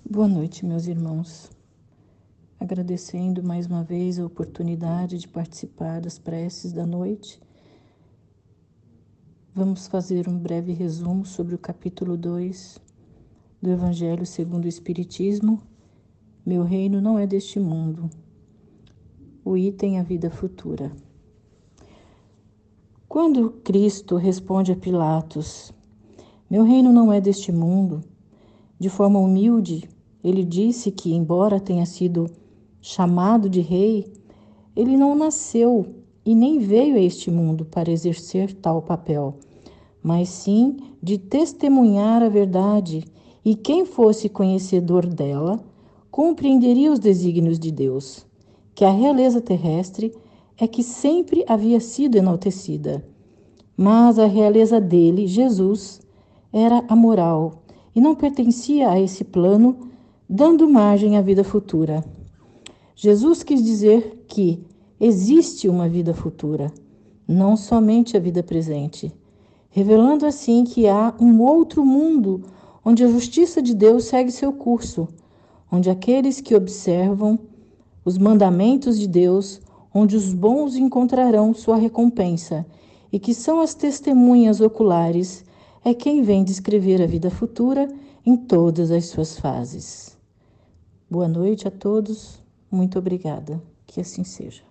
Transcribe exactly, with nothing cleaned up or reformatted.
Boa noite, meus irmãos. Agradecendo mais uma vez a oportunidade de participar das preces da noite, vamos fazer um breve resumo sobre o capítulo dois do Evangelho segundo o Espiritismo. Meu reino não é deste mundo. O item a vida futura. Quando Cristo responde a Pilatos, meu reino não é deste mundo, de forma humilde, ele disse que, embora tenha sido chamado de rei, ele não nasceu e nem veio a este mundo para exercer tal papel, mas sim de testemunhar a verdade, e quem fosse conhecedor dela compreenderia os desígnios de Deus, que a realeza terrestre é que sempre havia sido enaltecida, mas a realeza dele, Jesus, era a moral e não pertencia a esse plano, dando margem à vida futura. Jesus quis dizer que existe uma vida futura, não somente a vida presente, revelando assim que há um outro mundo onde a justiça de Deus segue seu curso, onde aqueles que observam os mandamentos de Deus, onde os bons encontrarão sua recompensa, e que são as testemunhas oculares, é quem vem descrever a vida futura em todas as suas fases. Boa noite a todos, muito obrigada, que assim seja.